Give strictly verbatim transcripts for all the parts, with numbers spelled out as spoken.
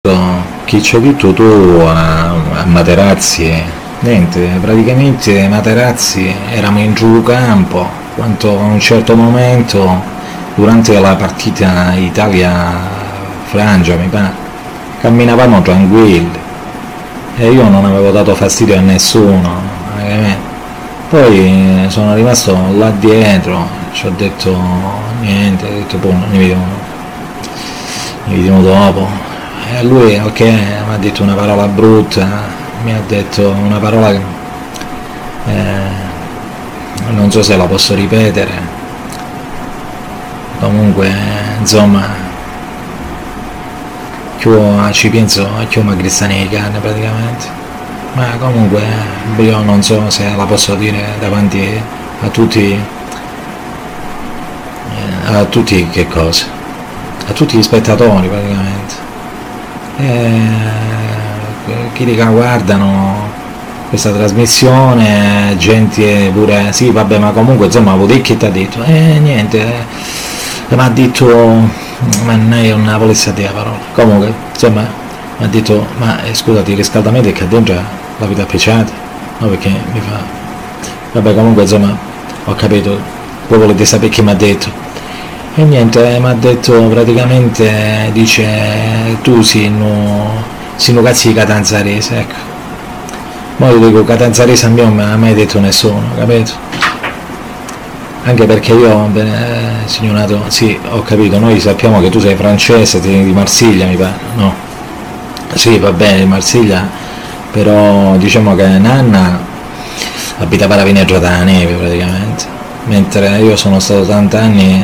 Chi ci hai detto tu a, a Materazzi? Niente, praticamente Materazzi eravamo in giù campo, quanto a un certo momento, durante la partita Italia-Francia, mi pare, camminavamo tranquilli e io non avevo dato fastidio a nessuno, praticamente. Poi sono rimasto là dietro, ci ho detto niente, ho detto boh, ne vediamo, ne vediamo dopo. E lui ok, mi ha detto una parola brutta, mi ha detto una parola che eh, non so se la posso ripetere, comunque insomma io ci penso a chioma cristiani di carne praticamente, ma comunque io non so se la posso dire davanti a tutti, a tutti che cosa, a tutti gli spettatori praticamente. Eh, chi che guardano questa trasmissione, gente pure, sì vabbè, ma comunque insomma vuol che ti ha detto? Eh niente, eh, mi ha detto, ma non è una volesse dire la parola, comunque insomma mi ha detto, ma eh, scusati, il riscaldamento è che dentro la vita appicciata, no, perché mi fa, vabbè comunque insomma ho capito, voi volete sapere chi mi ha detto. E niente, mi ha detto praticamente, dice, tu sei un cazzo di catanzarese, ecco. Ma io dico catanzarese a me non mi ha mai detto nessuno, capito? Anche perché io, bene, eh, signorato, sì, ho capito, noi sappiamo che tu sei francese, sei di Marsiglia mi pare, no? Sì, va bene, di Marsiglia, però diciamo che Nanna abita per la Pineggio della Neve praticamente, mentre io sono stato tanti anni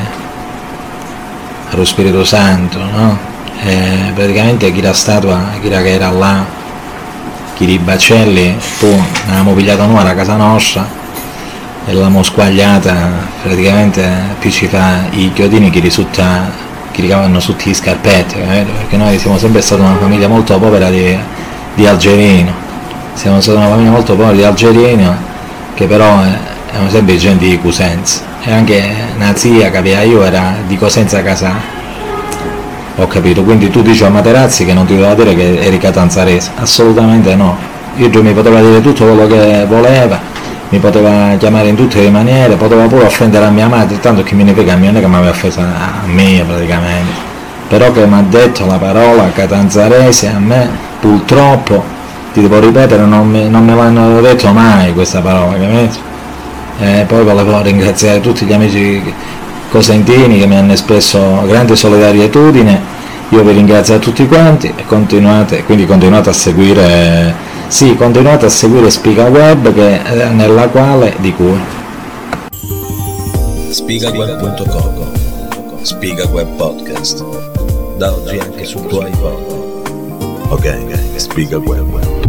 allo Spirito Santo, no? E praticamente chi la statua, chi era che era là, chi di Bacelli, poi l'avevamo pigliata noi alla casa nostra e l'abbiamo squagliata, praticamente più ci fa i chiodini che risulta, che ricavano tutti gli scarpetti, capito? Perché noi siamo sempre stati una famiglia molto povera di, di algerino, siamo stati una famiglia molto povera di algerino, che però eh, erano sempre gente di Cosenza. E anche una zia che aveva io era di Cosenza Casà, ho capito, quindi tu dici a Materazzi che non ti doveva dire che eri catanzarese? Assolutamente no, io mi poteva dire tutto quello che voleva, mi poteva chiamare in tutte le maniere, poteva pure offendere a mia madre, tanto che me ne frega, non è che mi aveva offeso a me praticamente, però che mi ha detto la parola catanzarese a me, purtroppo, ti devo ripetere, non, mi, non me l'hanno detto mai questa parola, capito? E poi volevo ringraziare tutti gli amici cosentini che mi hanno espresso grande solidarietudine, io vi ringrazio a tutti quanti e continuate, quindi continuate a seguire, sì, continuate a seguire Spiga Web, che, nella quale di cui spigaweb punto com, Spiga Web Podcast, da oggi anche sul tuo iPod. Ok, Spiga Web.